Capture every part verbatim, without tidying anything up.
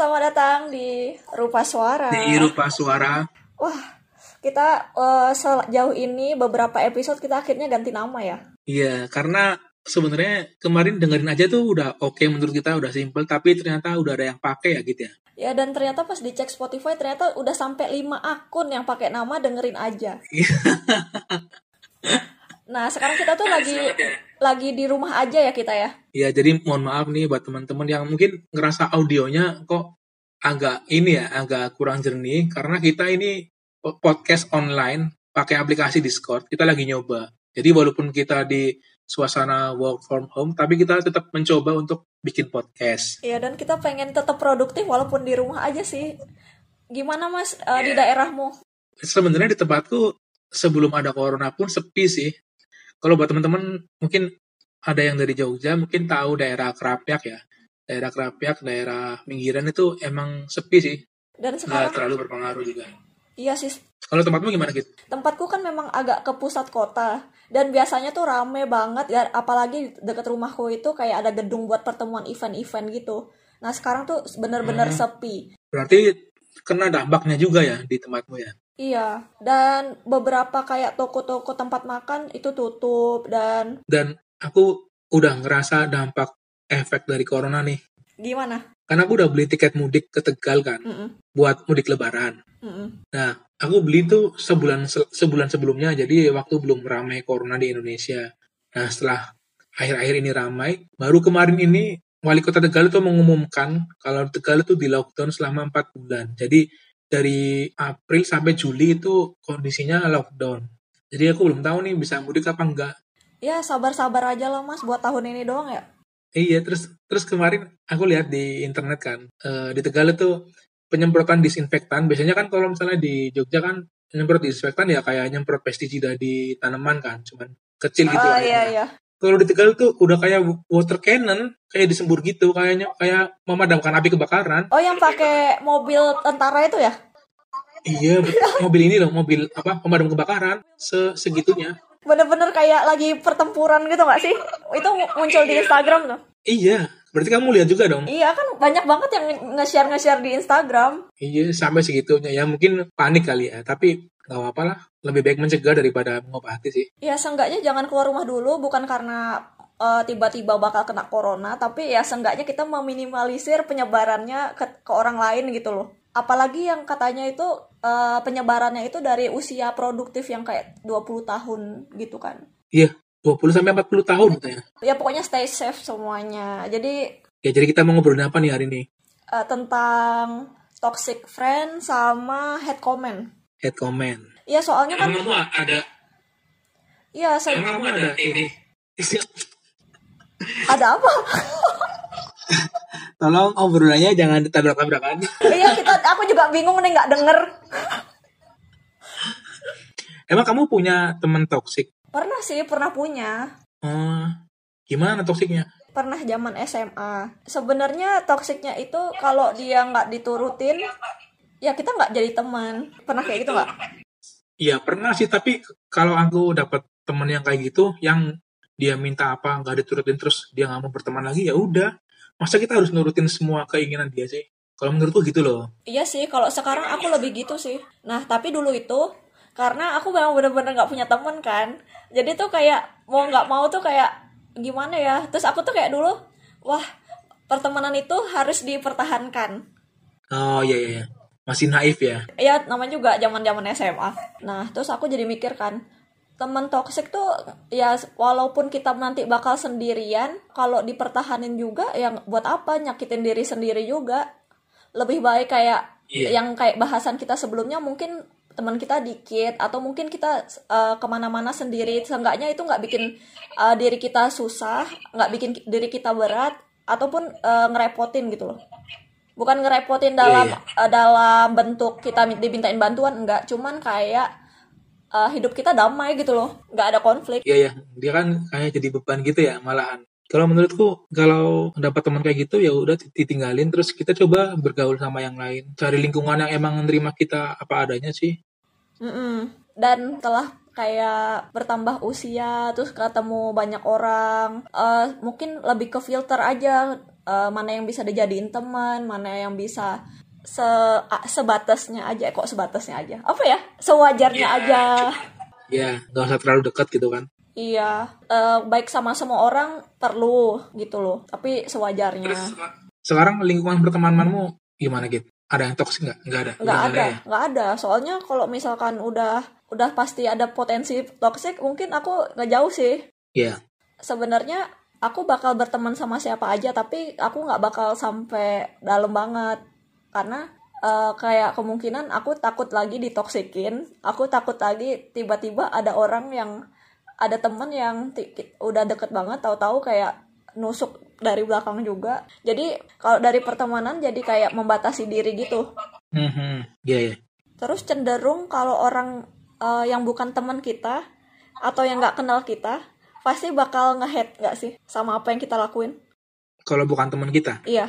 selamat datang di Rupa Suara. Di Rupa Suara. Wah, kita uh, sejauh ini beberapa episode kita akhirnya ganti nama ya. Iya, karena sebenarnya kemarin dengerin aja tuh udah oke menurut kita, udah simple, tapi ternyata udah ada yang pakai ya gitu ya. Ya, dan ternyata pas dicek Spotify ternyata udah sampai lima akun yang pakai nama dengerin aja. Nah, sekarang kita tuh lagi lagi di rumah aja ya kita ya. Iya, jadi mohon maaf nih buat teman-teman yang mungkin ngerasa audionya kok agak ini ya, agak kurang jernih karena kita ini podcast online pakai aplikasi Discord. Kita lagi nyoba. Jadi walaupun kita di suasana work from home, tapi kita tetap mencoba untuk bikin podcast. Iya, dan kita pengen tetap produktif walaupun di rumah aja sih. Gimana Mas uh, di daerahmu? Sebenarnya di tempatku sebelum ada corona pun sepi sih. Kalau buat teman-teman mungkin ada yang dari Jogja mungkin tahu daerah Krapyak ya. Daerah Krapyak, daerah pinggiran itu emang sepi sih. Dan sekarang nggak terlalu berpengaruh juga. Iya sih. Kalau tempatmu gimana gitu? Tempatku kan memang agak ke pusat kota dan biasanya tuh rame banget ya, apalagi dekat rumahku itu kayak ada gedung buat pertemuan event-event gitu. Nah sekarang tuh bener-bener hmm. sepi. Berarti kena dampaknya juga ya di tempatmu ya? Iya, dan beberapa kayak toko-toko tempat makan itu tutup dan... Dan aku udah ngerasa dampak efek dari corona nih. Gimana? Karena aku udah beli tiket mudik ke Tegal kan, Mm-mm. buat mudik lebaran. Mm-mm. Nah, aku beli tuh sebulan sebulan sebelumnya, jadi waktu belum ramai corona di Indonesia. Nah, setelah akhir-akhir ini ramai, baru kemarin ini Wali Kota Tegal itu mengumumkan kalau Tegal itu di lockdown selama empat bulan. Jadi dari April sampai Juli itu kondisinya lockdown. Jadi aku belum tahu nih bisa mudik apa enggak. Ya sabar-sabar aja lah Mas, buat tahun ini doang ya. Iya, terus terus kemarin aku lihat di internet kan, uh, di Tegal itu penyemprotan disinfektan. Biasanya kan kalau misalnya di Jogja kan penyemprot disinfektan ya kayak nyemprot pestisida di tanaman kan, cuman kecil gitu. Oh iya iya. Kalau di Tegal tuh udah kayak water cannon, kayak disembur gitu, kayaknya kayak memadamkan api kebakaran. Oh, yang pakai mobil tentara itu ya? Iya, mobil ini loh, mobil apa pemadam kebakaran, se segitunya. Bener-bener kayak lagi pertempuran gitu nggak sih? Itu muncul di Instagram tuh. Iya, berarti kamu lihat juga dong. Iya kan banyak banget yang nge-share nge-share di Instagram. Iya, sampai segitunya ya, mungkin panik kali ya, tapi nggak apa-apa lah, lebih baik mencegah daripada mengobati sih. Ya seenggaknya jangan keluar rumah dulu, bukan karena uh, tiba-tiba bakal kena corona, tapi ya seenggaknya kita meminimalisir penyebarannya ke, ke orang lain gitu loh. Apalagi yang katanya itu uh, penyebarannya itu dari usia produktif yang kayak dua puluh tahun gitu kan. Iya, dua puluh sampai empat puluh tahun katanya. Ya pokoknya stay safe semuanya. Jadi ya jadi kita mau ngobrolin apa nih hari ini? Uh, tentang toxic friend sama hate comment. Hate comment. Iya, soalnya kan kamu ada. Iya, saya kamu ada ini. Ada apa? Tolong obrolannya jangan ditabrak-tabrakan. Iya, kita aku juga bingung nih nggak denger. Emang kamu punya teman toksik? Pernah sih, pernah punya. Oh, gimana toksiknya? Pernah zaman S M A. Sebenarnya toksiknya itu kalau dia nggak diturutin, ya kita nggak jadi teman. Pernah kayak gitu nggak? Iya pernah sih, tapi kalau aku dapat teman yang kayak gitu, yang dia minta apa nggak diturutin terus dia nggak mau berteman lagi, ya udah. Masa kita harus nurutin semua keinginan dia sih? Kalau menurutku gitu loh. Iya sih, kalau sekarang aku lebih gitu sih. Nah, tapi dulu itu, karena aku memang bener-bener gak punya temen kan. Jadi tuh kayak, mau gak mau tuh kayak, gimana ya. Terus aku tuh kayak dulu, wah, pertemanan itu harus dipertahankan. Oh iya, iya. Masih naif ya? Iya, namanya juga zaman-zaman S M A. Nah, terus aku jadi mikir kan, teman toksik tuh ya walaupun kita nanti bakal sendirian, kalau dipertahanin juga ya buat apa, nyakitin diri sendiri juga. Lebih baik kayak yeah. yang kayak bahasan kita sebelumnya, mungkin teman kita dikit atau mungkin kita uh, kemana-mana sendiri, seenggaknya itu nggak bikin uh, diri kita susah, nggak bikin diri kita berat ataupun uh, ngerepotin gitu loh. Bukan ngerepotin dalam yeah, yeah. Uh, dalam bentuk kita dimintain bantuan, enggak, cuman kayak Uh, hidup kita damai gitu loh, nggak ada konflik. Iya ya, dia kan kayak jadi beban gitu ya malahan. Kalau menurutku kalau dapat teman kayak gitu ya udah ditinggalin, terus kita coba bergaul sama yang lain, cari lingkungan yang emang menerima kita apa adanya sih. Mm-mm. Dan setelah kayak bertambah usia, terus ketemu banyak orang, uh, mungkin lebih ke filter aja uh, mana yang bisa dijadiin teman, mana yang bisa se sebatasnya aja, kok sebatasnya aja, apa ya, sewajarnya ya, aja. Ya, nggak usah terlalu dekat gitu kan. Iya, uh, baik sama semua orang perlu gitu loh, tapi sewajarnya. Terus, sekarang lingkungan pertemananmu gimana gitu? Ada yang toksik nggak? Nggak ada. Nggak ada, nggak ada. Soalnya kalau misalkan udah udah pasti ada potensi toksik, mungkin aku nggak jauh sih. Iya. Yeah. Sebenarnya aku bakal berteman sama siapa aja, tapi aku nggak bakal sampai dalam banget, karena uh, kayak kemungkinan aku takut lagi ditoksikin, aku takut lagi tiba-tiba ada orang yang ada temen yang t- udah deket banget, tahu-tahu kayak nusuk dari belakang juga. Jadi kalau dari pertemanan jadi kayak membatasi diri gitu. Mm-hmm. Yeah, yeah. Terus cenderung kalau orang uh, yang bukan teman kita atau yang nggak kenal kita pasti bakal nge-hate nggak sih sama apa yang kita lakuin? Kalau bukan teman kita? Iya.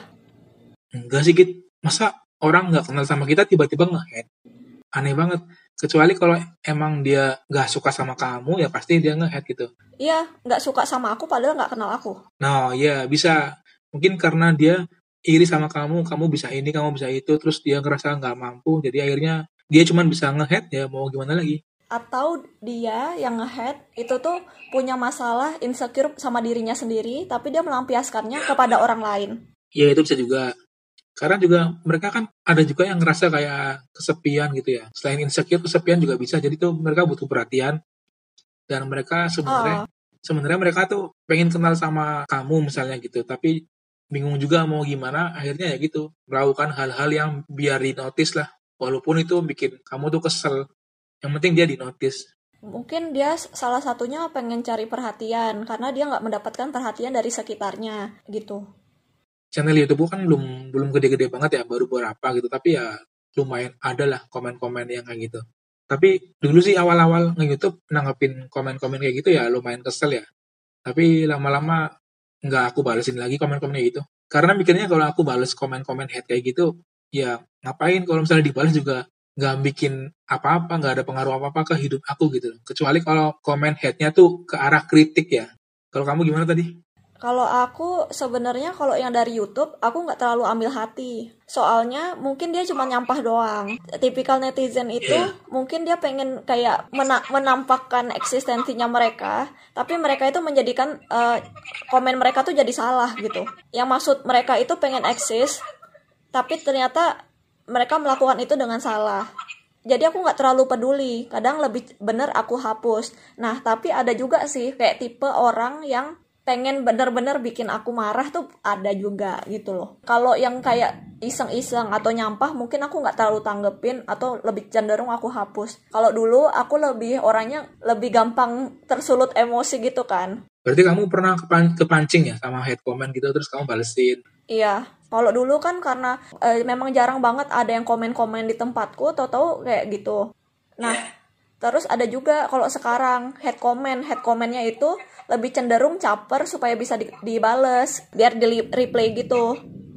Enggak sih, Git. Masa orang nggak kenal sama kita tiba-tiba nge-hate? Aneh banget. Kecuali kalau emang dia nggak suka sama kamu, ya pasti dia nge-hate gitu. Iya, nggak suka sama aku padahal nggak kenal aku. Nah, ya bisa. Mungkin karena dia iri sama kamu, kamu bisa ini, kamu bisa itu, terus dia ngerasa nggak mampu, jadi akhirnya dia cuma bisa nge-hate, ya mau gimana lagi. Atau dia yang nge-hate itu tuh punya masalah insecure sama dirinya sendiri, tapi dia melampiaskannya kepada orang lain. Ya, itu bisa juga. Karena juga mereka kan ada juga yang ngerasa kayak kesepian gitu ya. Selain insecure, kesepian juga bisa. Jadi tuh mereka butuh perhatian. Dan mereka sebenarnya, oh. sebenarnya mereka tuh pengen kenal sama kamu misalnya gitu. Tapi bingung juga mau gimana. Akhirnya ya gitu. Melakukan hal-hal yang biar di-notice lah. Walaupun itu bikin kamu tuh kesel. Yang penting dia di-notice. Mungkin dia salah satunya pengen cari perhatian. Karena dia nggak mendapatkan perhatian dari sekitarnya gitu. Channel YouTube kan belum belum gede-gede banget ya, baru berapa gitu, tapi ya lumayan ada lah komen-komen yang kayak gitu. Tapi dulu sih awal-awal nge-YouTube nanggepin komen-komen kayak gitu ya lumayan kesel ya. Tapi lama-lama nggak aku balesin lagi komen-komennya gitu. Karena mikirnya kalau aku bales komen-komen hate kayak gitu, ya ngapain, kalau misalnya dibalas juga nggak bikin apa-apa, nggak ada pengaruh apa-apa ke hidup aku gitu. Kecuali kalau komen hate-nya tuh ke arah kritik ya. Kalau kamu gimana tadi? Kalau aku sebenarnya kalau yang dari YouTube aku nggak terlalu ambil hati, soalnya mungkin dia cuma nyampah doang. Tipikal netizen itu yeah. mungkin dia pengen kayak mena- menampakkan eksistensinya mereka, tapi mereka itu menjadikan uh, komen mereka tuh jadi salah gitu. Yang maksud mereka itu pengen eksis, tapi ternyata mereka melakukan itu dengan salah. Jadi aku nggak terlalu peduli, kadang lebih bener aku hapus. Nah tapi ada juga sih kayak tipe orang yang pengen bener-bener bikin aku marah tuh ada juga gitu loh. Kalau yang kayak iseng-iseng atau nyampah mungkin aku nggak terlalu tanggepin atau lebih cenderung aku hapus. Kalau dulu aku lebih orangnya lebih gampang tersulut emosi gitu kan. Berarti kamu pernah kepan- kepancing ya sama hate comment gitu terus kamu balesin? Iya. Kalau dulu kan karena e, memang jarang banget ada yang komen-komen di tempatku, tau-tau kayak gitu. Nah, terus ada juga kalau sekarang hate comment, hate commentnya itu lebih cenderung caper supaya bisa di, dibales, biar di replay gitu.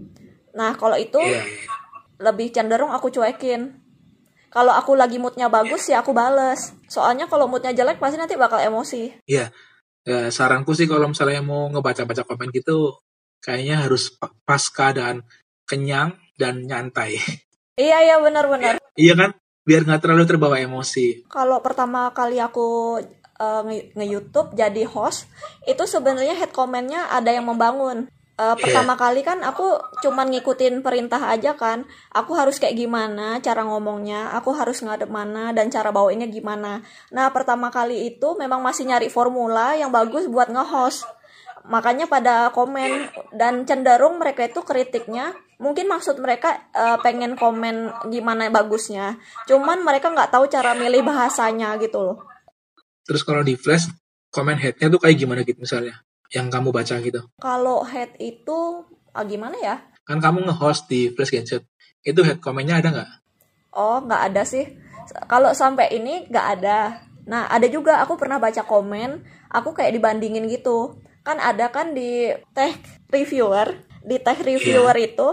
Nah, kalau itu yeah. lebih cenderung aku cuekin. Kalau aku lagi moodnya bagus ya aku bales. Soalnya kalau moodnya jelek pasti nanti bakal emosi. Iya. Yeah. Ya, saranku sih kalau misalnya mau ngebaca-baca komen gitu, kayaknya harus pas keadaan kenyang dan nyantai. Iya, iya benar-benar. Iya kan? Biar nggak terlalu terbawa emosi. Kalau pertama kali aku uh, nge-YouTube jadi host, itu sebenarnya hate comment-nya ada yang membangun. Uh, pertama yeah. kali kan aku cuman ngikutin perintah aja kan. Aku harus kayak gimana cara ngomongnya, aku harus ngadep mana, dan cara bawainnya gimana. Nah, pertama kali itu memang masih nyari formula yang bagus buat nge-host. Makanya pada komen, dan cenderung mereka itu kritiknya mungkin maksud mereka uh, pengen komen gimana bagusnya, cuman mereka nggak tahu cara milih bahasanya gitu loh. Terus kalau di Flash komen hate-nya tuh kayak gimana gitu misalnya yang kamu baca gitu? Kalau hate itu ah, gimana ya? Kan kamu nge-host di Flash Gadget, itu hate komennya ada nggak? Oh, nggak ada sih. Kalau sampai ini nggak ada. Nah, ada juga aku pernah baca komen, aku kayak dibandingin gitu. Kan ada kan di tech reviewer, di tech reviewer yeah. itu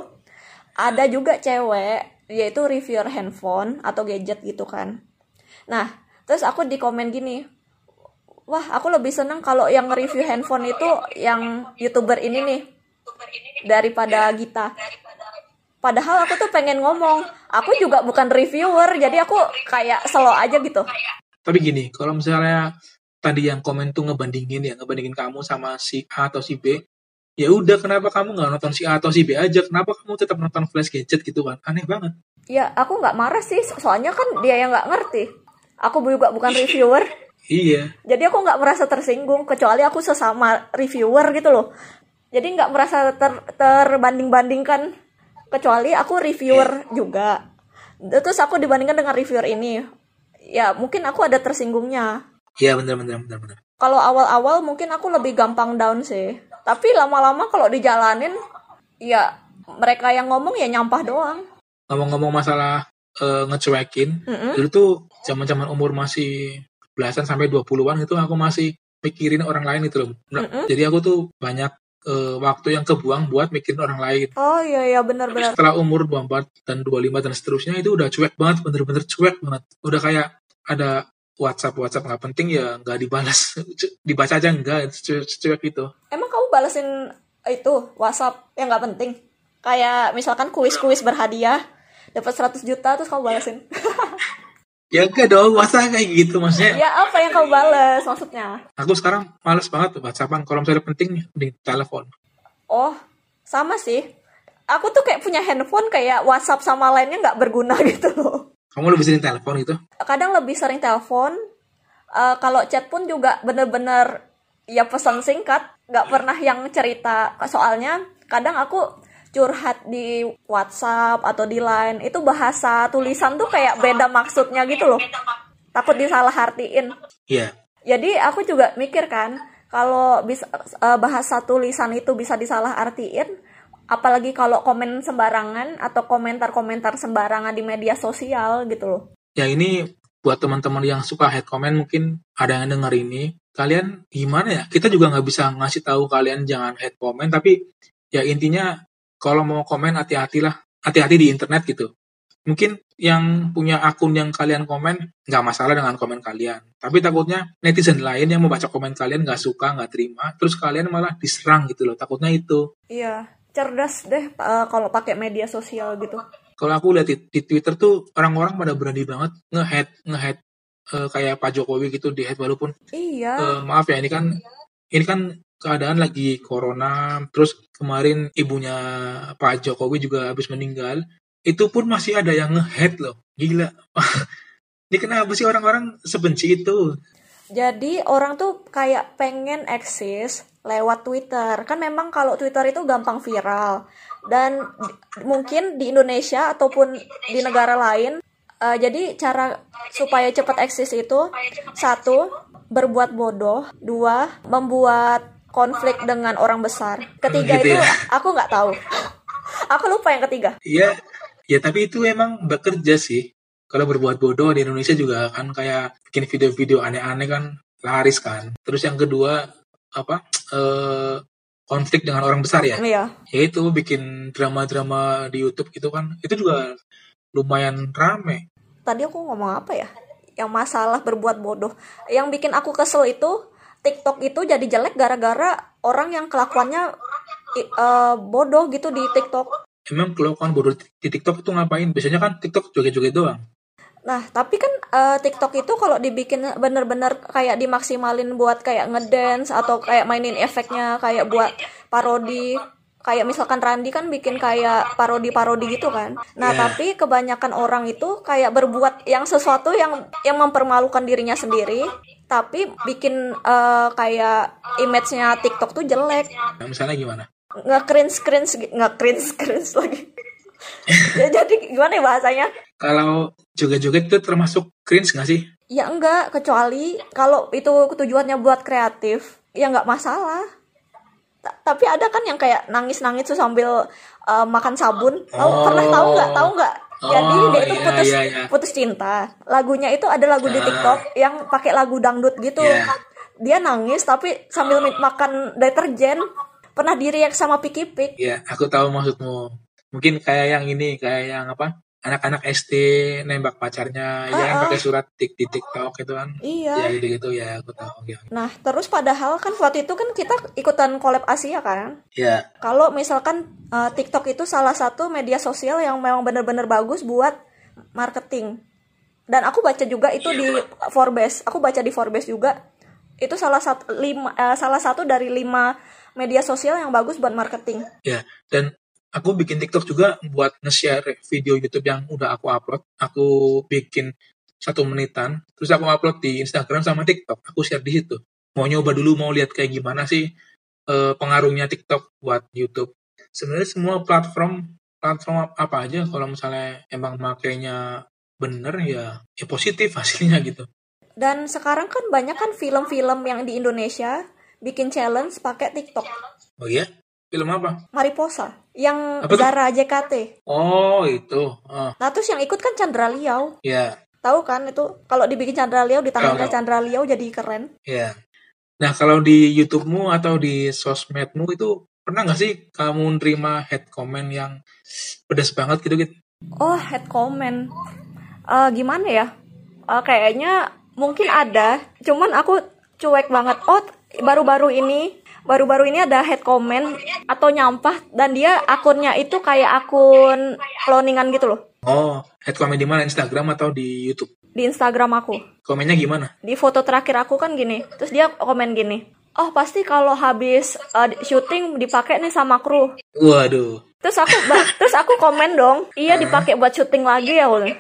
ada juga cewek, yaitu reviewer handphone atau gadget gitu kan. Nah, terus aku di komen gini, wah aku lebih seneng kalau yang review handphone itu yang YouTuber ini nih. daripada Gita. Padahal aku tuh pengen ngomong, aku juga bukan reviewer, jadi aku kayak slow aja gitu. Tapi gini, kalau misalnya tadi yang komen tuh ngebandingin ya, ngebandingin kamu sama si A atau si B, ya udah kenapa kamu nggak nonton si A atau si B aja? Kenapa kamu tetap nonton Flash Gadget gitu kan? Aneh banget. Ya, aku nggak marah sih, soalnya kan dia yang nggak ngerti. Aku juga bukan reviewer. Iya. Jadi aku nggak merasa tersinggung, kecuali aku sesama reviewer gitu loh. Jadi nggak merasa ter- terbanding-bandingkan, kecuali aku reviewer juga. Terus aku dibandingkan dengan reviewer ini. Ya mungkin aku ada tersinggungnya. Iya benar benar benar benar. Kalau awal-awal mungkin aku lebih gampang down sih. Tapi lama-lama kalau dijalanin, ya mereka yang ngomong ya nyampah doang. Ngomong-ngomong masalah uh, ngecuekin, mm-hmm. Dulu tuh zaman-zaman umur masih belasan sampai dua puluhan itu aku masih mikirin orang lain itu loh. Mm-hmm. Jadi aku tuh banyak uh, waktu yang kebuang buat mikirin orang lain. Oh iya iya benar-benar. Setelah umur dua puluh empat dan dua puluh lima dan seterusnya itu udah cuek banget, bener-bener cuek banget. Udah kayak ada WhatsApp WhatsApp nggak penting ya nggak dibalas, dibaca aja enggak, cuek itu. Emang kamu balasin itu WhatsApp yang nggak penting? Kayak misalkan kuis-kuis berhadiah dapat seratus juta terus kamu balasin? Ya enggak dong, masa kayak gitu maksudnya. Ya apa yang kamu balas maksudnya? Aku sekarang males banget tuh WhatsAppan. Kalau misalnya penting di telepon. Oh, sama sih. Aku tuh kayak punya handphone kayak WhatsApp sama lainnya nggak berguna gitu loh. Kamu lebih sering telepon gitu? Kadang lebih sering telepon. Uh, kalau chat pun juga bener-bener ya pesan singkat. Nggak pernah yang cerita. Soalnya kadang aku curhat di WhatsApp atau di Line. Itu bahasa tulisan tuh kayak beda maksudnya gitu loh. Takut disalahartiin. Iya. Yeah. Jadi aku juga mikir kan. Kalau bisa, uh, bahasa tulisan itu bisa disalahartiin. Apalagi kalau komen sembarangan atau komentar-komentar sembarangan di media sosial gitu loh. Ya ini buat teman-teman yang suka hate comment mungkin ada yang denger ini. Kalian gimana ya? Kita juga nggak bisa ngasih tahu kalian jangan hate comment. Tapi ya intinya kalau mau komen hati-hatilah. Hati-hati di internet gitu. Mungkin yang punya akun yang kalian komen nggak masalah dengan komen kalian. Tapi takutnya netizen lain yang membaca komen kalian nggak suka, nggak terima. Terus kalian malah diserang gitu loh. Takutnya itu. Iya. Cerdas deh uh, kalau pakai media sosial gitu. Kalau aku lihat di, di Twitter tuh orang-orang pada berani banget nge-hate nge-hate uh, kayak Pak Jokowi gitu di hate walaupun iya. Uh, maaf ya ini kan ini kan keadaan lagi corona, terus kemarin ibunya Pak Jokowi juga habis meninggal, itu pun masih ada yang nge-hate loh. Gila. Ini kenapa sih orang-orang sebenci itu? Jadi orang tuh kayak pengen eksis lewat Twitter. Kan memang kalau Twitter itu gampang viral. Dan di, mungkin di Indonesia ataupun di negara lain. Uh, jadi cara supaya cepat eksis itu, satu, berbuat bodoh. Dua, membuat konflik dengan orang besar. Ketiga gitu itu ya? Aku nggak tahu. Aku lupa yang ketiga. Iya, ya tapi itu emang bekerja sih. Kalau berbuat bodoh di Indonesia juga kan kayak bikin video-video aneh-aneh kan laris kan. Terus yang kedua apa eh, konflik dengan orang besar ya. Iya. Yaitu bikin drama-drama di YouTube gitu kan. Itu juga lumayan rame. Tadi aku ngomong apa ya? Yang masalah berbuat bodoh. Yang bikin aku kesel itu TikTok itu jadi jelek gara-gara orang yang kelakuannya uh, bodoh gitu di TikTok. Emang kelakuan bodoh di TikTok itu ngapain? Biasanya kan TikTok joget-joget doang. Nah, tapi kan uh, TikTok itu kalau dibikin bener-bener kayak dimaksimalin buat kayak ngedance atau kayak mainin efeknya kayak buat parodi. Kayak misalkan Randy kan bikin kayak parodi-parodi gitu kan. Nah, yeah. Tapi kebanyakan orang itu kayak berbuat yang sesuatu yang yang mempermalukan dirinya sendiri, tapi bikin uh, kayak image-nya TikTok tuh jelek. Nah, misalnya gimana? Nge-cringe-cringe, nge-cringe-cringe lagi. Ya, jadi gimana ya bahasanya? Kalau joget-joget itu termasuk cringe nggak sih? Ya enggak, kecuali kalau itu tujuannya buat kreatif, ya nggak masalah. T- tapi ada kan yang kayak nangis-nangis tuh sambil uh, makan sabun. Tahu oh. Pernah tahu nggak? Tahu nggak? Jadi oh, dia itu iya, putus iya, iya. putus cinta. Lagunya itu ada lagu uh. di TikTok yang pakai lagu dangdut gitu. Yeah. Dia nangis tapi sambil makan deterjen. Pernah di-react sama Piki Pik. Iya, aku tahu maksudmu. Mungkin kayak yang ini, kayak yang apa? anak-anak S D nembak pacarnya, Ah, ya kan ah. pakai surat tik di TikTok gitu kan. Iya. Ya gitu-gitu ya, aku tahu. Oke, oke. Nah, terus padahal kan waktu itu kan kita ikutan collab Asia kan. Ya, Kalau misalkan uh, TikTok itu salah satu media sosial yang memang benar-benar bagus buat marketing. Dan aku baca juga itu di Forbes. Aku baca di Forbes juga. Itu salah satu lima uh, salah satu dari lima media sosial yang bagus buat marketing. ya. Dan aku bikin TikTok juga buat nge-share video YouTube yang udah aku upload. Aku bikin satu menitan, terus aku upload di Instagram sama TikTok. Aku share di situ. Mau nyoba dulu, mau lihat kayak gimana sih eh, pengaruhnya TikTok buat YouTube. Sebenarnya semua platform platform apa aja kalau misalnya emang makainya bener ya, ya positif hasilnya gitu. Dan sekarang kan banyak kan film-film yang di Indonesia bikin challenge pakai TikTok. Oh iya? Film apa? Mariposa yang Apa tuh? Zara J K T. Oh itu. Oh, Nah, terus yang ikut kan Chandra Liau. ya. Tahu kan itu kalau dibikin Chandra Liau ditangani Tahu. Chandra Liau jadi keren. Ya. Nah, kalau di YouTube-mu atau di sosmedmu itu pernah nggak sih kamu nerima head comment yang pedas banget gitu gitu? Oh, head comment. Eh, gimana ya? Eh, kayaknya mungkin ada, cuman aku cuek banget. Oh, baru-baru ini baru-baru ini ada head comment atau nyampah dan dia akunnya itu kayak akun cloningan gitu loh. Oh, head comment di mana? Instagram atau di YouTube? Di Instagram aku. Komennya gimana? Di foto terakhir aku kan gini. Terus dia komen gini. Oh, pasti kalau habis uh, syuting dipakai nih sama kru. Waduh. Terus aku ba- terus aku komen dong. Iya, dipakai buat syuting lagi ya, Ul.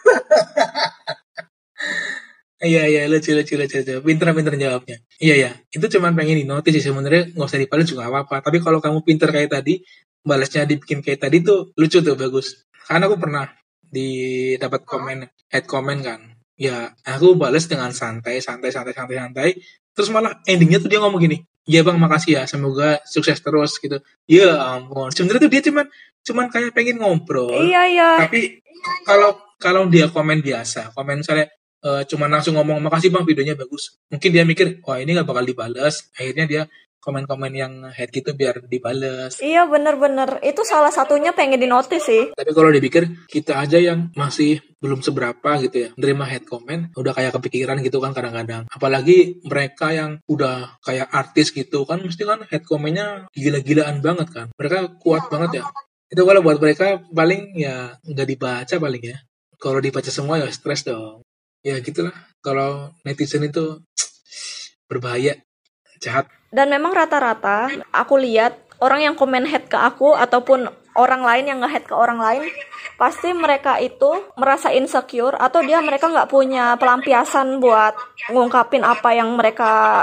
Iya, iya, lucu, lucu, lucu, lucu. Pinter-pinter jawabnya. Iya, ya. Itu cuma pengen di notice sih sebenarnya, nggak usah dibalas juga apa-apa. Tapi kalau kamu pinter kayak tadi, balasnya dibikin kayak tadi tuh lucu tuh, bagus. Karena aku pernah di dapat komen, head comment kan. Ya, aku balas dengan santai, santai, santai, santai, santai. Terus malah endingnya tuh dia ngomong gini, "Iya bang, makasih ya, semoga sukses terus," gitu. Ya ampun, sebenarnya tuh dia cuman, cuman kayak pengen ngobrol. Iya, iya. Tapi kalau kalau dia komen biasa, komen misalnya uh, cuma langsung ngomong makasih bang videonya bagus, mungkin dia mikir wah ini nggak bakal dibalas, akhirnya dia komen-komen yang head gitu biar dibalas. Iya, bener-bener. Itu salah satunya pengen di notice sih. Tapi kalau dipikir kita aja yang masih belum seberapa gitu ya nerima head comment udah kayak kepikiran gitu kan kadang-kadang, apalagi mereka yang udah kayak artis gitu kan mesti kan head commentnya gila-gilaan banget kan, mereka kuat banget ya. Itu kalau buat mereka paling ya nggak dibaca paling ya, kalau dibaca semua ya stres dong. Ya gitulah, kalau netizen itu berbahaya, jahat. Dan memang rata-rata aku lihat orang yang komen head ke aku ataupun orang lain yang nge-head ke orang lain, pasti mereka itu merasa insecure atau dia mereka nggak punya pelampiasan buat ngungkapin apa yang mereka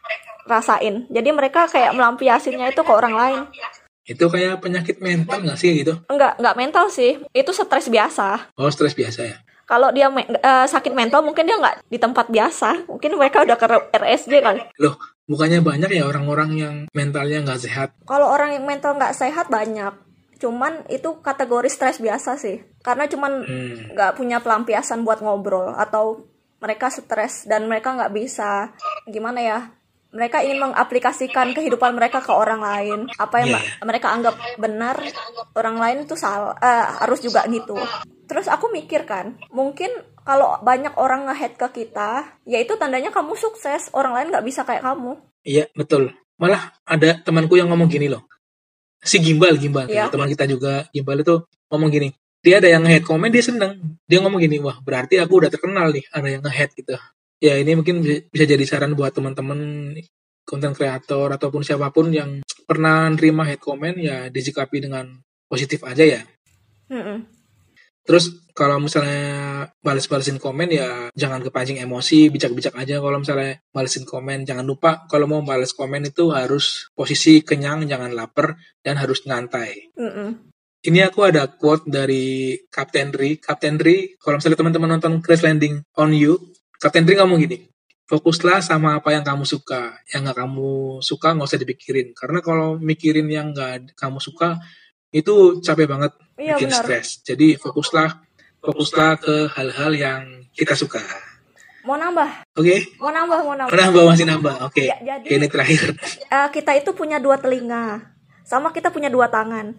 rasain. Jadi mereka kayak melampiasinnya itu ke orang lain. Itu kayak penyakit mental nggak sih gitu? Enggak, enggak mental sih. Itu stres biasa. Oh, stres biasa ya? Kalau dia me- uh, sakit mental mungkin dia nggak di tempat biasa. Mungkin mereka udah ke R S J kali. Loh, bukannya banyak ya orang-orang yang mentalnya nggak sehat? Kalau orang yang mental nggak sehat banyak. Cuman itu kategori stres biasa sih. Karena cuman nggak hmm. punya pelampiasan buat ngobrol. Atau mereka stres dan mereka nggak bisa, gimana ya, mereka ingin mengaplikasikan kehidupan mereka ke orang lain. Apa yang yeah. mereka anggap benar, orang lain itu salah, uh, harus juga gitu. Terus aku mikir kan, mungkin kalau banyak orang nge-head ke kita, ya itu tandanya kamu sukses, orang lain nggak bisa kayak kamu. Iya, betul. Malah ada temanku yang ngomong gini loh. Si Gimbal, Gimbal, yeah. teman kita juga, Gimbal itu ngomong gini. Dia ada yang nge-head komen, dia seneng. Dia ngomong gini, wah berarti aku udah terkenal nih, ada yang nge-head gitu. Ya ini mungkin bisa jadi saran buat teman-teman konten kreator ataupun siapapun yang pernah nerima head comment, ya disikapi dengan positif aja ya. Mm-mm. Terus kalau misalnya balas-balasin komen ya jangan kepancing emosi, bijak-bijak aja kalau misalnya balasin komen. Jangan lupa kalau mau balas komen itu harus posisi kenyang, jangan lapar, dan harus nyantai. Mm-mm. Ini aku ada quote dari Captain Ri. Captain Ri, kalau misalnya teman-teman nonton Crash Landing on You, Captain Ri ngomong gini, fokuslah sama apa yang kamu suka. Yang gak kamu suka gak usah dipikirin. Karena kalau mikirin yang gak kamu suka, itu capek banget, iya, bikin stres. Jadi fokuslah, fokuslah ke hal-hal yang kita suka. Mau nambah? Oke. Okay? Mau nambah, mau nambah. Mau nambah, masih nambah. Oke. Okay. Ya, jadi, ini terakhir. Uh, kita itu punya dua telinga, sama kita punya dua tangan.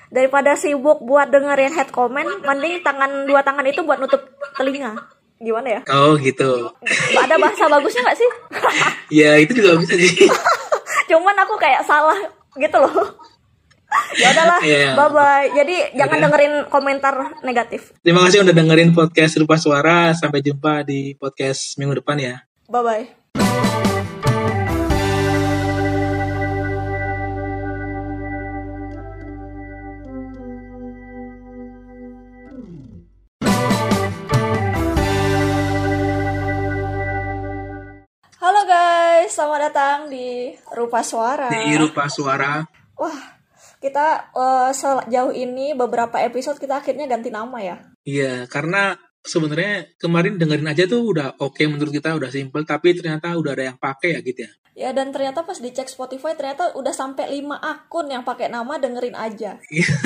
Daripada sibuk buat dengerin head comment, mending tangan dua tangan itu buat nutup telinga. Gimana ya? Oh gitu. Ada bahasa bagusnya nggak sih? Ya itu juga bisa sih. Cuman aku kayak salah gitu loh. Ya udahlah, yeah. Bye bye. Jadi yeah. Jangan dengerin komentar negatif. Terima kasih udah dengerin podcast Rupa Suara. Sampai jumpa di podcast minggu depan ya. Bye bye. Halo guys, selamat datang di Rupa Suara. Di Rupa Suara. Wah, kita uh, sejauh ini beberapa episode kita akhirnya ganti nama ya. Iya, karena sebenarnya kemarin dengerin aja tuh udah oke okay, menurut kita, udah simple, tapi ternyata udah ada yang pakai ya gitu ya. Ya, dan ternyata pas dicek Spotify ternyata udah sampai lima akun yang pakai nama dengerin aja.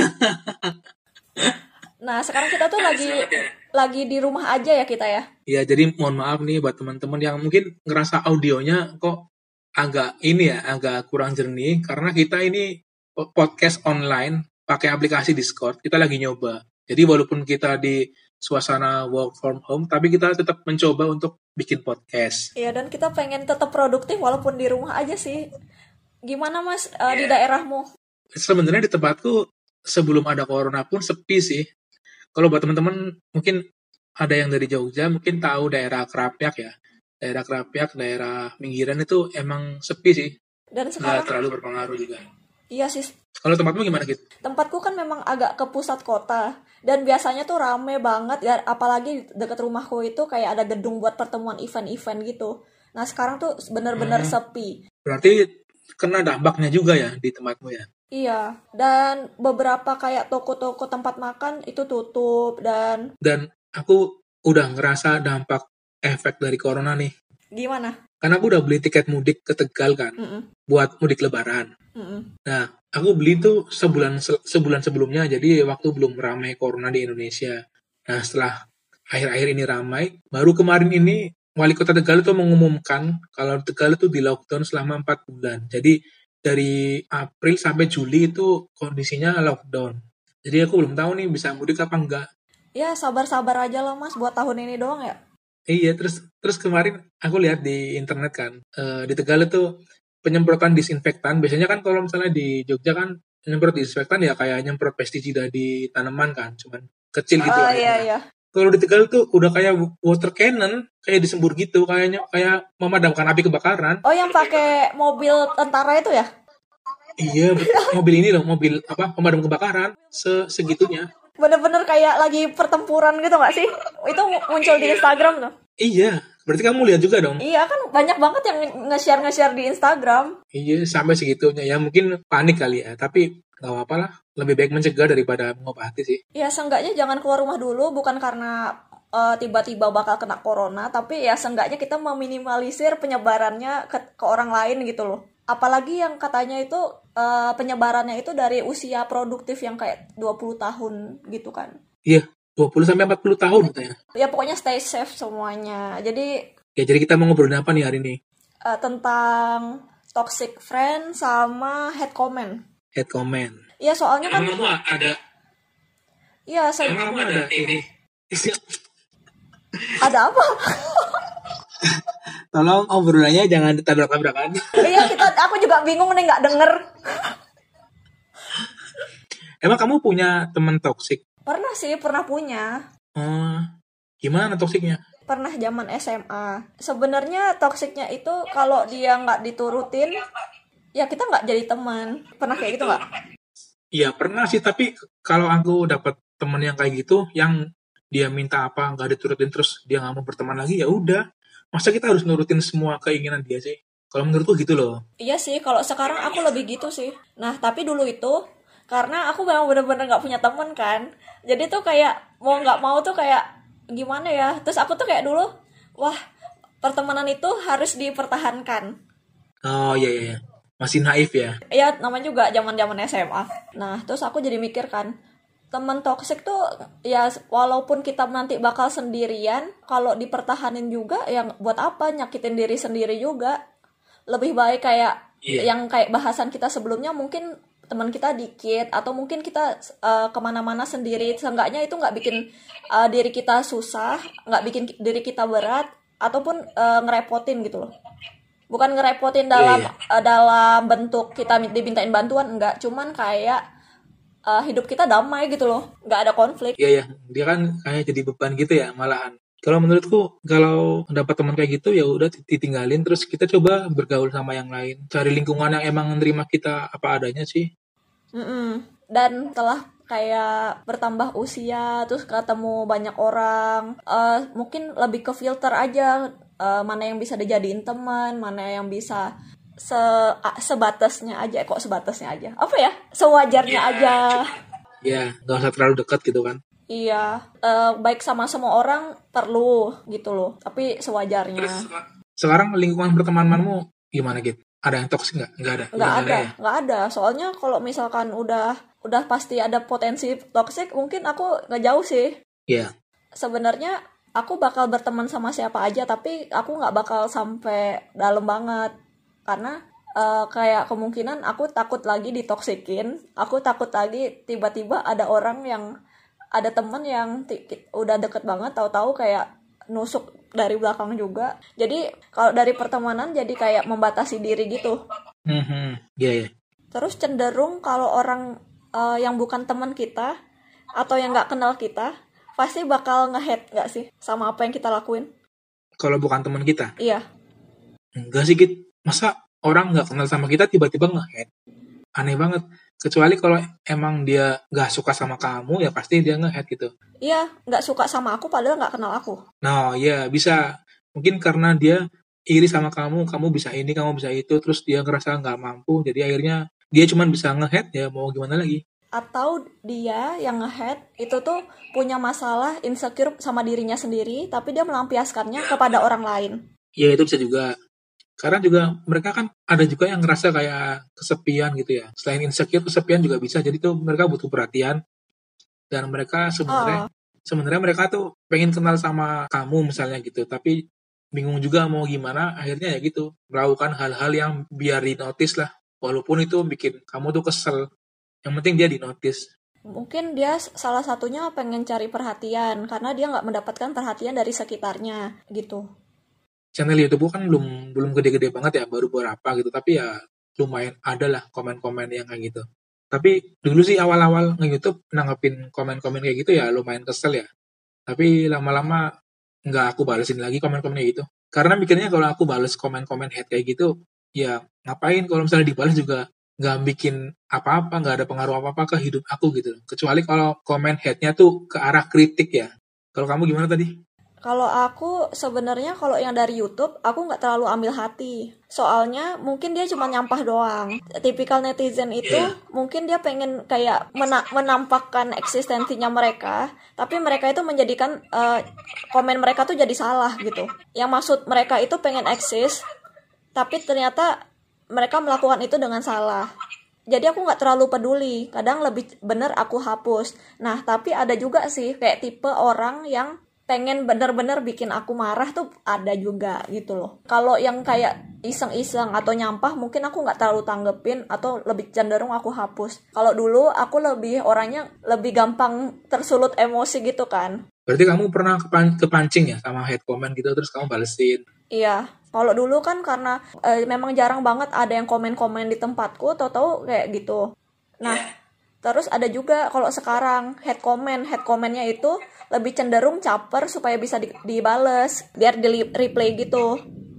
Nah, sekarang kita tuh lagi lagi di rumah aja ya kita ya. Iya, jadi mohon maaf nih buat teman-teman yang mungkin ngerasa audionya kok agak ini ya, agak kurang jernih karena kita ini podcast online pakai aplikasi Discord. Kita lagi nyoba. Jadi walaupun kita di suasana work from home, tapi kita tetap mencoba untuk bikin podcast. Iya, dan kita pengen tetap produktif walaupun di rumah aja sih. Gimana Mas uh, di daerahmu? Sebenarnya di tempatku sebelum ada corona pun sepi sih. Kalau buat teman-teman mungkin ada yang dari Jogja mungkin tahu daerah Krapyak ya. Daerah Krapyak, daerah pinggiran itu emang sepi sih. Dan sekarang nggak terlalu berpengaruh juga. Iya sih. Kalau tempatmu gimana gitu? Tempatku kan memang agak ke pusat kota dan biasanya tuh rame banget ya, apalagi dekat rumahku itu kayak ada gedung buat pertemuan event-event gitu. Nah sekarang tuh bener-bener hmm. sepi. Berarti kena dampaknya juga ya di tempatmu ya? Iya, dan beberapa kayak toko-toko tempat makan itu tutup dan... Dan aku udah ngerasa dampak efek dari corona nih. Gimana? Karena aku udah beli tiket mudik ke Tegal kan, Mm-mm. buat mudik lebaran. Mm-mm. Nah, aku beli tuh sebulan sebulan sebelumnya, jadi waktu belum ramai corona di Indonesia. Nah, setelah akhir-akhir ini ramai, baru kemarin ini Wali Kota Tegal itu mengumumkan kalau Tegal itu di lockdown selama empat bulan. Jadi dari April sampai Juli itu kondisinya lockdown. Jadi aku belum tahu nih bisa mudik apa enggak. Ya sabar-sabar aja lah Mas, buat tahun ini doang ya. Iya, terus terus kemarin aku lihat di internet kan, uh, di Tegal itu penyemprotan disinfektan. Biasanya kan kalau misalnya di Jogja kan penyemprot disinfektan ya kayak nyemprot pestisida di tanaman kan, cuman kecil gitu. Oh iya iya. Kalau di Tegal tuh udah kayak water cannon, kayak disembur gitu, kayaknya kayak memadamkan api kebakaran. Oh, yang pakai mobil tentara itu ya? Iya, mobil ini loh, mobil apa pemadam kebakaran, se segitunya. Bener-bener kayak lagi pertempuran gitu nggak sih? Itu muncul di Instagram tuh. Iya, berarti kamu lihat juga dong. Iya kan banyak banget yang nge-share nge-share di Instagram. Iya, sampai segitunya ya, mungkin panik kali ya, tapi nggak apa-apa lah, lebih baik mencegah daripada mengobati sih. Ya seenggaknya jangan keluar rumah dulu, bukan karena uh, tiba-tiba bakal kena corona, tapi ya seenggaknya kita meminimalisir penyebarannya ke, ke orang lain gitu loh. Apalagi yang katanya itu uh, penyebarannya itu dari usia produktif yang kayak dua puluh tahun gitu kan. Iya, dua puluh sampai empat puluh tahun katanya. Ya pokoknya stay safe semuanya. Jadi ya jadi kita mau ngobrolin apa nih hari ini? Uh, tentang toxic friend sama hate comment. Head comment. Iya soalnya kan kamu ada. Iya saya. Kamu ada ini. Ada apa? Tolong obrolannya jangan ditabrak-tabrakan. Iya kita, aku juga bingung nih nggak denger. Emang kamu punya teman toksik? Pernah sih, pernah punya. Hmm, gimana toksiknya? Pernah zaman S M A. Sebenarnya toksiknya itu kalau dia nggak diturutin, ya kita nggak jadi teman. Pernah kayak gitu nggak? Iya pernah sih, tapi kalau aku dapat temen yang kayak gitu, yang dia minta apa nggak diturutin terus dia nggak mau berteman lagi, ya udah. Masa kita harus nurutin semua keinginan dia sih? Kalau menurutku gitu loh. Iya sih, kalau sekarang aku lebih gitu sih. Nah tapi dulu itu karena aku memang bener-bener nggak punya temen kan, jadi tuh kayak mau nggak mau tuh kayak gimana ya. Terus aku tuh kayak dulu, wah pertemanan itu harus dipertahankan. Oh iya iya. Masih naif ya? Iya, namanya juga zaman-zaman S M A. Nah, terus aku jadi mikir kan, teman toksik tuh ya walaupun kita nanti bakal sendirian, kalau dipertahanin juga ya buat apa, nyakitin diri sendiri juga. Lebih baik kayak yeah. yang kayak bahasan kita sebelumnya, mungkin teman kita dikit, atau mungkin kita uh, kemana-mana sendiri, seenggaknya itu nggak bikin uh, diri kita susah, nggak bikin diri kita berat, ataupun uh, ngerepotin gitu loh. Bukan ngerepotin dalam Iya, iya. uh, dalam bentuk kita dimintain bantuan, enggak, cuman kayak uh, hidup kita damai gitu loh, nggak ada konflik. Iya, ya. Dia kan kayak jadi beban gitu ya malahan. Kalau menurutku, kalau dapat teman kayak gitu ya udah ditinggalin, terus kita coba bergaul sama yang lain. Cari lingkungan yang emang menerima kita apa adanya sih. Mm-mm. Dan setelah kayak bertambah usia, terus ketemu banyak orang, eh, mungkin lebih ke filter aja, eh, mana yang bisa dijadiin teman, mana yang bisa se a- sebatasnya aja, kok sebatasnya aja, apa ya, sewajarnya aja. Ya, nggak usah terlalu dekat gitu kan. Iya, eh, baik sama semua orang perlu gitu loh, tapi sewajarnya. Sekarang lingkungan pertemananmu gimana gitu? Ada yang toksik nggak? Nggak ada. Nggak Udah nggak ada ada, ya? nggak ada. Soalnya kalau misalkan udah udah pasti ada potensi toksik, mungkin aku ngejauh sih. Iya. Sebenarnya aku bakal berteman sama siapa aja, tapi aku nggak bakal sampai dalam banget, karena eh, kayak kemungkinan aku takut lagi ditoksikin, aku takut lagi tiba-tiba ada orang yang ada temen yang ti- ki- udah deket banget, tahu-tahu kayak nusuk dari belakang juga. Jadi kalau dari pertemanan jadi kayak membatasi diri gitu. Hmm, iya, iya. Terus cenderung kalau orang eh, yang bukan teman kita atau yang nggak kenal kita pasti bakal nge-hate nggak sih sama apa yang kita lakuin? Kalau bukan teman kita, Iya, enggak sih, Git. Masa orang nggak kenal sama kita tiba-tiba nge-hate? Aneh banget. Kecuali kalau emang dia nggak suka sama kamu, ya pasti dia nge-hate gitu. iya, nggak suka sama aku padahal nggak kenal aku. Nah, ya bisa. Mungkin karena dia iri sama kamu, kamu bisa ini, kamu bisa itu, terus dia ngerasa nggak mampu, jadi akhirnya dia cuma bisa nge-hate, ya mau gimana lagi. Atau dia yang nge-hate itu tuh punya masalah insecure sama dirinya sendiri, tapi dia melampiaskannya kepada orang lain. Ya itu bisa juga. Karena juga mereka kan ada juga yang ngerasa kayak kesepian gitu ya. Selain insecure, kesepian juga bisa. Jadi tuh mereka butuh perhatian, dan mereka sebenarnya Oh, sebenarnya mereka tuh pengen kenal sama kamu misalnya gitu, tapi bingung juga mau gimana. Akhirnya ya gitu, melakukan hal-hal yang biar di notice lah, walaupun itu bikin kamu tuh kesel, yang penting dia di notice. mungkin dia s- salah satunya pengen cari perhatian karena dia nggak mendapatkan perhatian dari sekitarnya gitu. Channel YouTube kan belum belum gede-gede banget ya, baru berapa gitu, tapi ya lumayan ada lah komen-komen yang kayak gitu. Tapi dulu sih awal-awal nge-YouTube nanggepin komen-komen kayak gitu ya lumayan kesel ya. Tapi lama-lama nggak aku balesin lagi komen-komennya gitu. Karena mikirnya kalau aku bales komen-komen hate kayak gitu, ya ngapain, kalau misalnya dibales juga nggak bikin apa-apa, nggak ada pengaruh apa-apa ke hidup aku gitu. Kecuali kalau komen hate-nya tuh ke arah kritik ya. Kalau kamu gimana tadi? Kalau aku sebenarnya kalau yang dari YouTube aku nggak terlalu ambil hati. Soalnya mungkin dia cuma nyampah doang. Tipikal netizen itu Iya. mungkin dia pengen kayak mena- menampakkan eksistensinya mereka, tapi mereka itu menjadikan eh, komen mereka tuh jadi salah gitu. Yang maksud mereka itu pengen eksis, tapi ternyata mereka melakukan itu dengan salah. Jadi aku nggak terlalu peduli. Kadang lebih bener aku hapus. Nah, tapi ada juga sih kayak tipe orang yang pengen bener-bener bikin aku marah tuh ada juga gitu loh. Kalau yang kayak iseng-iseng atau nyampah mungkin aku nggak terlalu tanggepin atau lebih cenderung aku hapus. Kalau dulu aku lebih orangnya lebih gampang tersulut emosi gitu kan. Berarti kamu pernah kepan- kepancing ya sama hate comment gitu, terus kamu balesin. Iya, kalau dulu kan karena eh, memang jarang banget ada yang komen-komen di tempatku, tahu-tahu kayak gitu. Nah, terus ada juga kalau sekarang head comment, head commentnya itu lebih cenderung caper supaya bisa di- dibales, biar di replay gitu.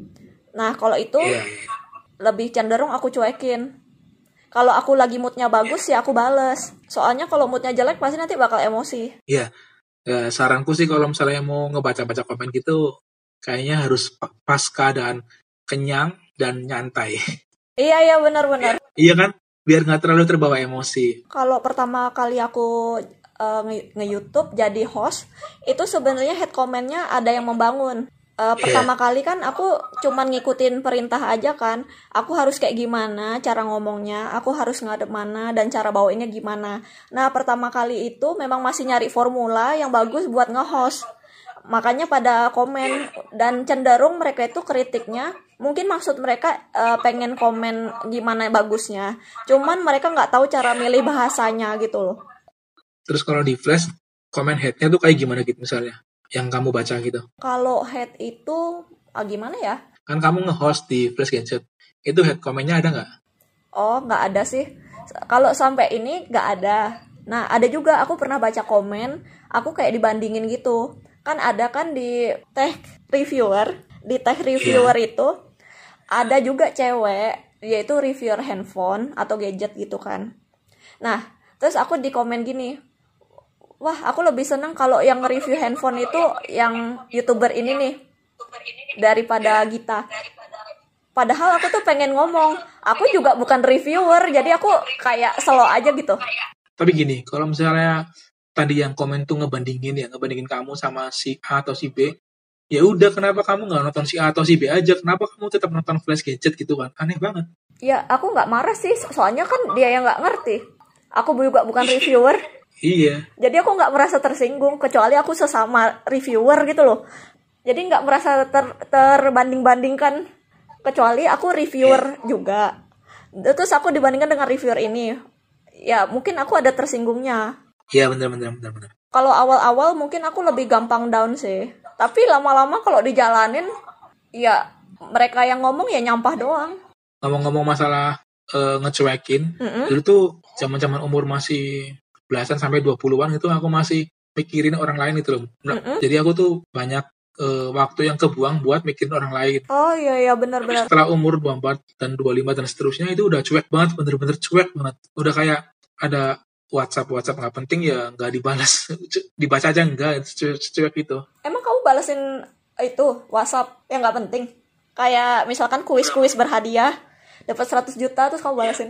Nah, kalau itu Iya, iya. lebih cenderung aku cuekin. Kalau aku lagi moodnya bagus ya aku bales. Soalnya kalau moodnya jelek pasti nanti bakal emosi. Iya. Ya, saranku sih kalau misalnya mau ngebaca-baca komen gitu, kayaknya harus pa- pas keadaan kenyang dan nyantai. Iya, iya, benar-benar. Iya kan? Biar nggak terlalu terbawa emosi. Kalau pertama kali aku uh, nge- nge-YouTube jadi host, itu sebenarnya head comment-nya ada yang membangun. Uh, pertama kali kan aku cuman ngikutin perintah aja kan. Aku harus kayak gimana cara ngomongnya, aku harus ngadep mana, dan cara bawainnya gimana. Nah, pertama kali itu memang masih nyari formula yang bagus buat nge-host. makanya pada komen, dan cenderung mereka itu kritiknya mungkin maksud mereka uh, pengen komen gimana bagusnya, cuman mereka nggak tahu cara milih bahasanya gitu loh. Terus kalau di Flash komen head-nya tuh kayak gimana gitu misalnya yang kamu baca gitu? Kalau head itu ah, gimana ya? Kan kamu nge-host di Flash Gadget, itu head komennya ada nggak? Oh, nggak ada sih. Kalau sampai ini nggak ada. Nah, ada juga aku pernah baca komen, aku kayak dibandingin gitu. Kan ada kan di tech reviewer, di tech reviewer yeah. itu ada juga cewek, yaitu reviewer handphone atau gadget gitu kan. Nah, terus aku di komen gini, wah aku lebih seneng kalau yang review handphone itu yang YouTuber ini nih, daripada Gita. Padahal aku tuh pengen ngomong, aku juga bukan reviewer, jadi aku kayak slow aja gitu. Tapi gini, kalau misalnya tadi yang komen tuh ngebandingin ya, ngebandingin kamu sama si A atau si B, ya udah kenapa kamu nggak nonton si A atau si B aja? Kenapa kamu tetap nonton Flash Gadget gitu kan? Aneh banget. Ya aku nggak marah sih, soalnya kan dia yang nggak ngerti. Aku juga bukan reviewer. Iya. Jadi aku nggak merasa tersinggung, kecuali aku sesama reviewer gitu loh. Jadi nggak merasa ter- terbanding-bandingkan, kecuali aku reviewer yeah. juga. Terus aku dibandingkan dengan reviewer ini. Ya mungkin aku ada tersinggungnya. Iya benar benar benar benar. Kalau awal-awal mungkin aku lebih gampang down sih. Tapi lama-lama kalau dijalanin, ya mereka yang ngomong ya nyampah doang. Ngomong-ngomong masalah uh, ngecuekin, mm-hmm. dulu tuh zaman-zaman umur masih belasan sampai dua puluhan itu aku masih mikirin orang lain itu loh. Mm-hmm. Jadi aku tuh banyak uh, waktu yang kebuang buat mikirin orang lain. Oh iya iya benar-benar. Setelah umur dua puluh empat dan dua puluh lima dan seterusnya itu udah cuek banget, bener-bener cuek banget. Udah kayak ada WhatsApp WhatsApp nggak penting ya nggak dibalas, dibaca aja enggak, cuek itu. Emang kamu balesin itu WhatsApp yang nggak penting? Kayak misalkan kuis-kuis berhadiah dapat seratus juta terus kamu balesin?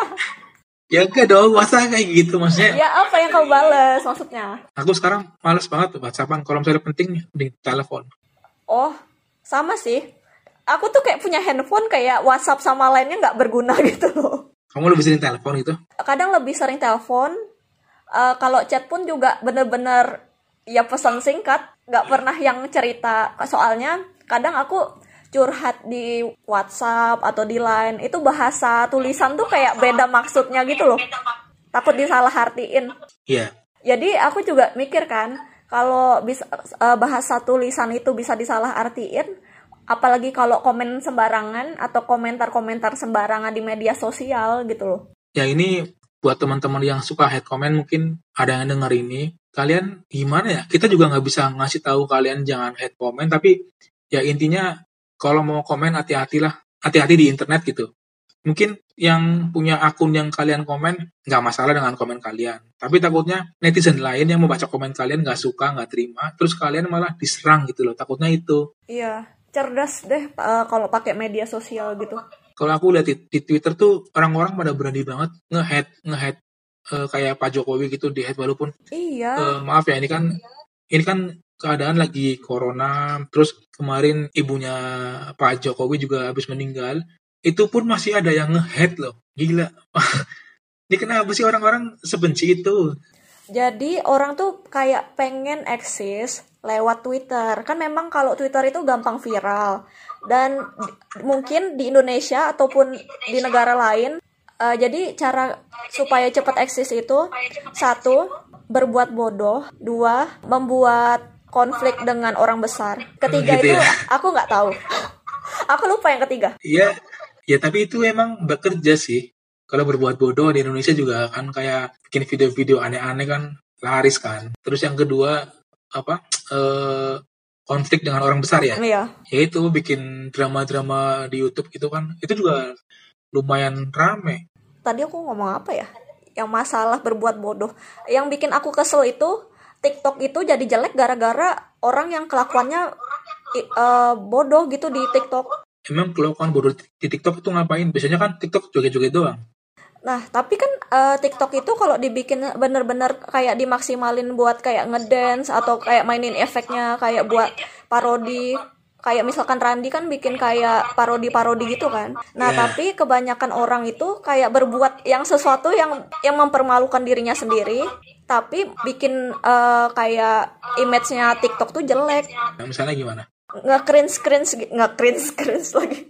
Ya enggak dong, masa kayak gitu maksudnya. Ya apa yang kamu balas maksudnya? Aku sekarang males banget tuh WhatsAppan. Kalau misalnya penting di telepon. Oh sama sih. Aku tuh kayak punya handphone kayak WhatsApp sama lainnya nggak berguna gitu loh. Kamu lebih sering telepon gitu? Kadang lebih sering telepon. Uh, kalau chat pun juga bener-bener ya pesan singkat. Nggak pernah yang cerita. Soalnya kadang aku curhat di WhatsApp atau di Line. Itu bahasa tulisan tuh kayak beda maksudnya gitu loh. Takut disalahartiin. Iya. Yeah. Jadi aku juga mikir kan. Kalau bisa, uh, bahasa tulisan itu bisa disalahartiin. Apalagi kalau komen sembarangan atau komentar-komentar sembarangan di media sosial gitu loh. Ya ini buat teman-teman yang suka hate comment mungkin ada yang denger ini. Kalian gimana ya? Kita juga nggak bisa ngasih tahu kalian jangan hate comment. Tapi ya intinya kalau mau komen hati-hatilah. Hati-hati di internet gitu. Mungkin yang punya akun yang kalian komen nggak masalah dengan komen kalian. Tapi takutnya netizen lain yang membaca komen kalian nggak suka, nggak terima. Terus kalian malah diserang gitu loh. Takutnya itu. Iya. Cerdas deh uh, kalau pakai media sosial gitu. Kalau aku lihat di, di Twitter tuh orang-orang pada berani banget nge-hate nge-hate uh, kayak Pak Jokowi gitu di hate walaupun iya. Uh, maaf ya ini kan ini kan keadaan lagi corona, terus kemarin ibunya Pak Jokowi juga habis meninggal, itu pun masih ada yang nge-hate loh. Gila. Ini kenapa sih orang-orang sebenci itu? Jadi orang tuh kayak pengen eksis lewat Twitter. Kan memang kalau Twitter itu gampang viral. Dan di, mungkin di Indonesia ataupun di negara lain. Uh, jadi cara supaya cepat eksis itu, satu, berbuat bodoh. Dua, membuat konflik dengan orang besar. Ketiga gitu itu ya? Aku nggak tahu. Aku lupa yang ketiga. Iya, ya tapi itu emang bekerja sih. Kalau berbuat bodoh di Indonesia juga kan kayak bikin video-video aneh-aneh kan laris kan. Terus yang kedua apa eh, konflik dengan orang besar ya. Iya. Yaitu bikin drama-drama di YouTube gitu kan. Itu juga lumayan rame. Tadi aku ngomong apa ya? Yang masalah berbuat bodoh. Yang bikin aku kesel itu TikTok itu jadi jelek gara-gara orang yang kelakuannya uh, bodoh gitu di TikTok. Emang kelakuan bodoh di TikTok itu ngapain? Biasanya kan TikTok joget-joget doang. Nah, tapi kan uh, TikTok itu kalau dibikin bener-bener kayak dimaksimalin buat kayak ngedance atau kayak mainin efeknya kayak buat parodi. Kayak misalkan Randi kan bikin kayak parodi-parodi gitu kan. Nah, yeah. Tapi kebanyakan orang itu kayak berbuat yang sesuatu yang yang mempermalukan dirinya sendiri. tapi bikin uh, kayak image-nya TikTok tuh jelek. Nah, misalnya gimana? Nggak cringe cringe nggak cringe cringe lagi.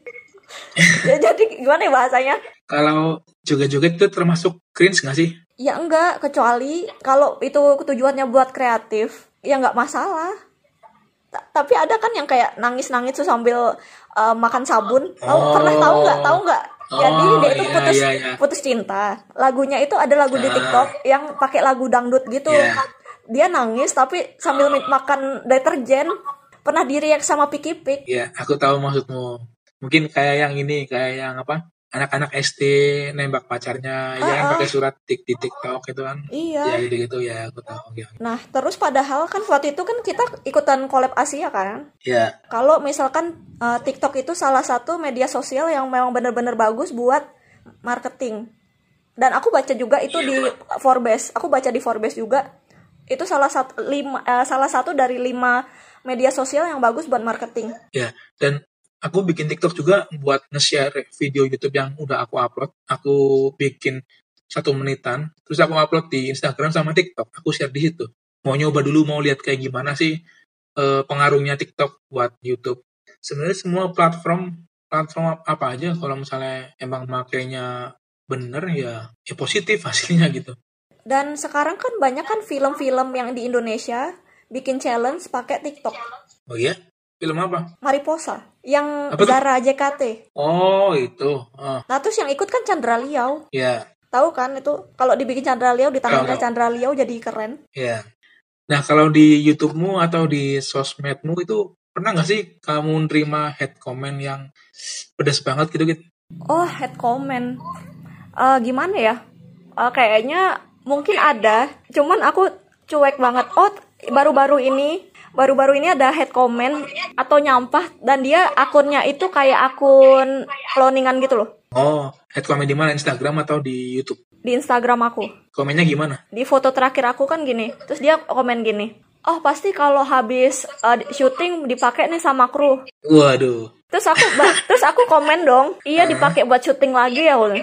Ya, jadi gimana ya bahasanya? Kalau joget-joget itu termasuk cringe nggak sih? Ya enggak, kecuali kalau itu tujuannya buat kreatif, ya nggak masalah. T- tapi ada kan yang kayak nangis-nangis tuh sambil uh, makan sabun. Tahu Oh. pernah tahu nggak? Tahu nggak? Jadi Oh, dia itu iya, putus iya, iya. putus cinta. Lagunya itu ada lagu di Ah. TikTok yang pakai lagu dangdut gitu. Iya. Dia nangis tapi sambil mi- makan deterjen. Pernah di-react sama Piki Pik. Ya, aku tahu maksudmu. Mungkin kayak yang ini, kayak yang apa? Anak-anak S D nembak pacarnya, ya kan Ah, ah. pakai surat tik di TikTok itu kan. Iya. Ya gitu-gitu ya, aku tahu. Oke, oke. Nah, terus padahal kan waktu itu kan kita ikutan collab Asia kan. Ya, Kalau misalkan uh, TikTok itu salah satu media sosial yang memang benar-benar bagus buat marketing. Dan aku baca juga itu di Forbes. Aku baca di Forbes juga. Itu salah satu lima uh, salah satu dari lima media sosial yang bagus buat marketing. ya. Dan aku bikin TikTok juga buat nge-share video YouTube yang udah aku upload. Aku bikin satu menitan, terus aku upload di Instagram sama TikTok. Aku share di situ. Mau nyoba dulu, mau lihat kayak gimana sih eh, pengaruhnya TikTok buat YouTube. Sebenarnya semua platform platform apa aja kalau misalnya emang makainya bener ya, ya positif hasilnya gitu. Dan sekarang kan banyak kan film-film yang di Indonesia bikin challenge pakai TikTok. Oh iya? Film apa? Mariposa yang Apa tuh? Zara J K T. Oh itu. Oh, Nah, terus yang ikut kan Chandra Liau. ya, Tahu kan itu kalau dibikin Chandra Liau ditangani Tahu, tahu. Chandra Liau jadi keren. ya. Nah kalau di YouTube-mu atau di sosmedmu itu pernah nggak sih kamu nerima head comment yang pedas banget gitu gitu? Oh, head comment. Eh, gimana ya? Eh, kayaknya mungkin ada, cuman aku cuek banget. Oh, baru-baru ini, baru-baru ini ada head comment atau nyampah dan dia akunnya itu kayak akun cloningan gitu loh. Oh, head comment di mana? Instagram atau di YouTube? Di Instagram aku. Komennya gimana? Di foto terakhir aku kan gini. Terus dia komen gini. Oh, pasti kalau habis uh, syuting dipakai nih sama kru. Waduh. Terus aku ba- terus aku komen dong. Iya, dipakai buat syuting lagi ya, Ul.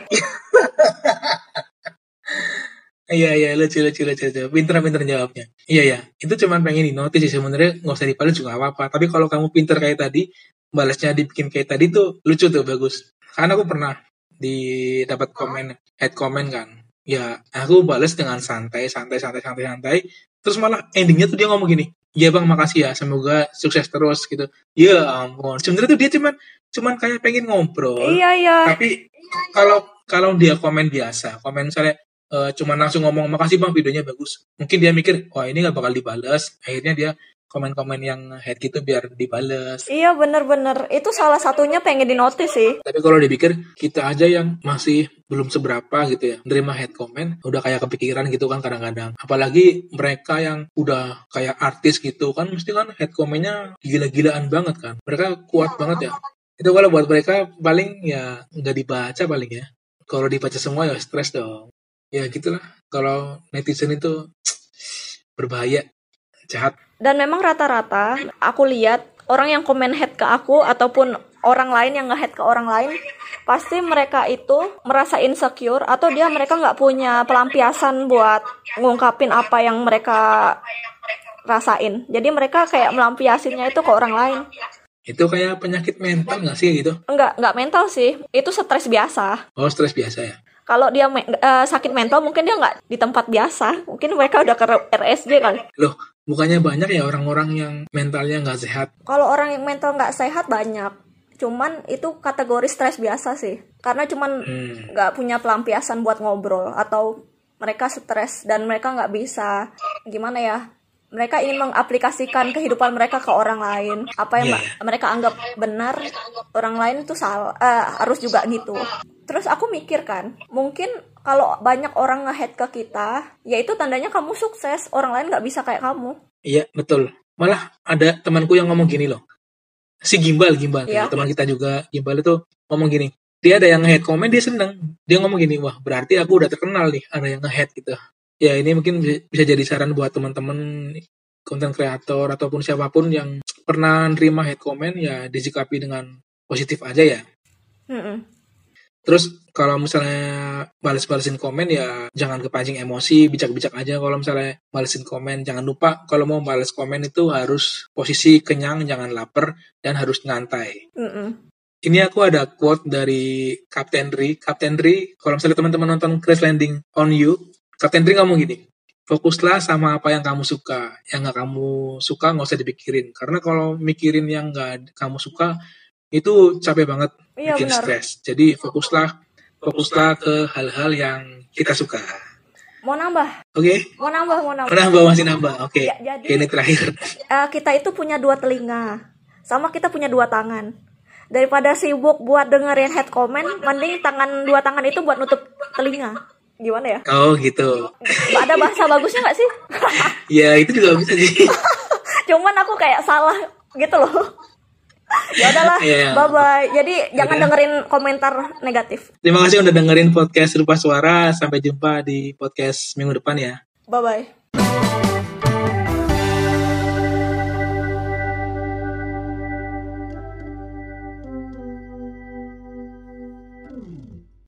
Iya, iya, lucu, lucu, lucu, lucu. Pinter-pinter jawabnya. Iya, ya. Itu cuma pengen di notice sih. Sebenarnya nggak usah dibalas juga nggak apa-apa. Tapi kalau kamu pinter kayak tadi, balasnya dibikin kayak tadi tuh lucu tuh, bagus. Karena aku pernah di dapat komen, head comment kan. Ya, aku balas dengan santai, santai, santai, santai, santai. Terus malah endingnya tuh dia ngomong gini, iya bang, makasih ya, semoga sukses terus gitu. Ya ampun, sebenarnya tuh dia cuman, cuman kayak pengen ngobrol. Iya, iya. Tapi kalau kalau dia komen biasa, komen misalnya eh, cuman langsung ngomong makasih bang, videonya bagus. Mungkin dia mikir, wah ini nggak bakal dibalas. Akhirnya dia komen-komen yang head gitu biar dibales. Iya, bener-bener. Itu salah satunya pengen dinotis sih. Tapi kalau dipikir, kita aja yang masih belum seberapa gitu ya, nerima head comment, udah kayak kepikiran gitu kan kadang-kadang. Apalagi mereka yang udah kayak artis gitu kan, mesti kan head comment-nya gila-gilaan banget kan. Mereka kuat banget ya. Itu kalau buat mereka paling ya nggak dibaca paling ya. Kalau dibaca semua ya stres dong. Ya gitulah. Kalau netizen itu berbahaya, jahat. Dan memang rata-rata aku lihat orang yang komen head ke aku ataupun orang lain yang nge-head ke orang lain, pasti mereka itu merasa insecure atau dia mereka nggak punya pelampiasan buat ngungkapin apa yang mereka rasain. Jadi mereka kayak melampiasinnya itu ke orang lain. Itu kayak penyakit mental nggak sih gitu? Enggak, enggak mental sih. Itu stres biasa. Oh, stres biasa ya? Kalau dia me- uh, sakit mental mungkin dia nggak di tempat biasa. Mungkin mereka udah ke R S J kali. Loh, bukannya banyak ya orang-orang yang mentalnya nggak sehat? Kalau orang yang mental nggak sehat banyak. Cuman itu kategori stres biasa sih. Karena cuman nggak hmm. punya pelampiasan buat ngobrol. Atau mereka stres dan mereka nggak bisa, gimana ya, mereka ingin mengaplikasikan kehidupan mereka ke orang lain. Apa yang yeah. mereka anggap benar, orang lain itu salah, uh, harus juga gitu. Terus aku mikir kan, mungkin kalau banyak orang nge-head ke kita, ya itu tandanya kamu sukses, orang lain nggak bisa kayak kamu. Iya, betul. Malah ada temanku yang ngomong gini loh. Si Gimbal, Gimbal, yeah. teman kita juga, Gimbal itu ngomong gini. Dia ada yang nge-head komen, dia seneng. Dia ngomong gini, wah berarti aku udah terkenal nih, ada yang nge-head gitu. Ya ini mungkin bisa jadi saran buat teman-teman konten kreator ataupun siapapun yang pernah nerima head comment, ya disikapi dengan positif aja ya. Mm-mm. Terus kalau misalnya balas-balasin komen ya jangan kepancing emosi, bijak-bijak aja kalau misalnya balesin komen. Jangan lupa kalau mau balas komen itu harus posisi kenyang, jangan lapar, dan harus nyantai. Mm-mm. Ini aku ada quote dari Kapten Ri. Kapten Ri, kalau misalnya teman-teman nonton Crash Landing on You, Kapten Ri ngomong gini, fokuslah sama apa yang kamu suka. Yang gak kamu suka gak usah dipikirin. Karena kalau mikirin yang gak kamu suka, itu capek banget, Iya, bikin benar. stres. Jadi fokuslah fokuslah ke hal-hal yang kita suka. Mau nambah? Oke? Mau nambah, mau nambah. Mau nambah, masih nambah. Oke. Ya, jadi- Oke, ini terakhir. Eh, kita itu punya dua telinga, sama kita punya dua tangan. Daripada sibuk buat dengerin head comment, mending tangan dua tangan itu buat nutup telinga. Gimana ya? Oh, gitu. Ada bahasa bagusnya nggak sih? Ya, itu juga bisa sih. Cuman aku kayak salah gitu loh. Ya udahlah, Iya. bye bye. Jadi jangan Udah. dengerin komentar negatif. Terima kasih udah dengerin podcast Rupa Suara. Sampai jumpa di podcast minggu depan ya. Bye bye.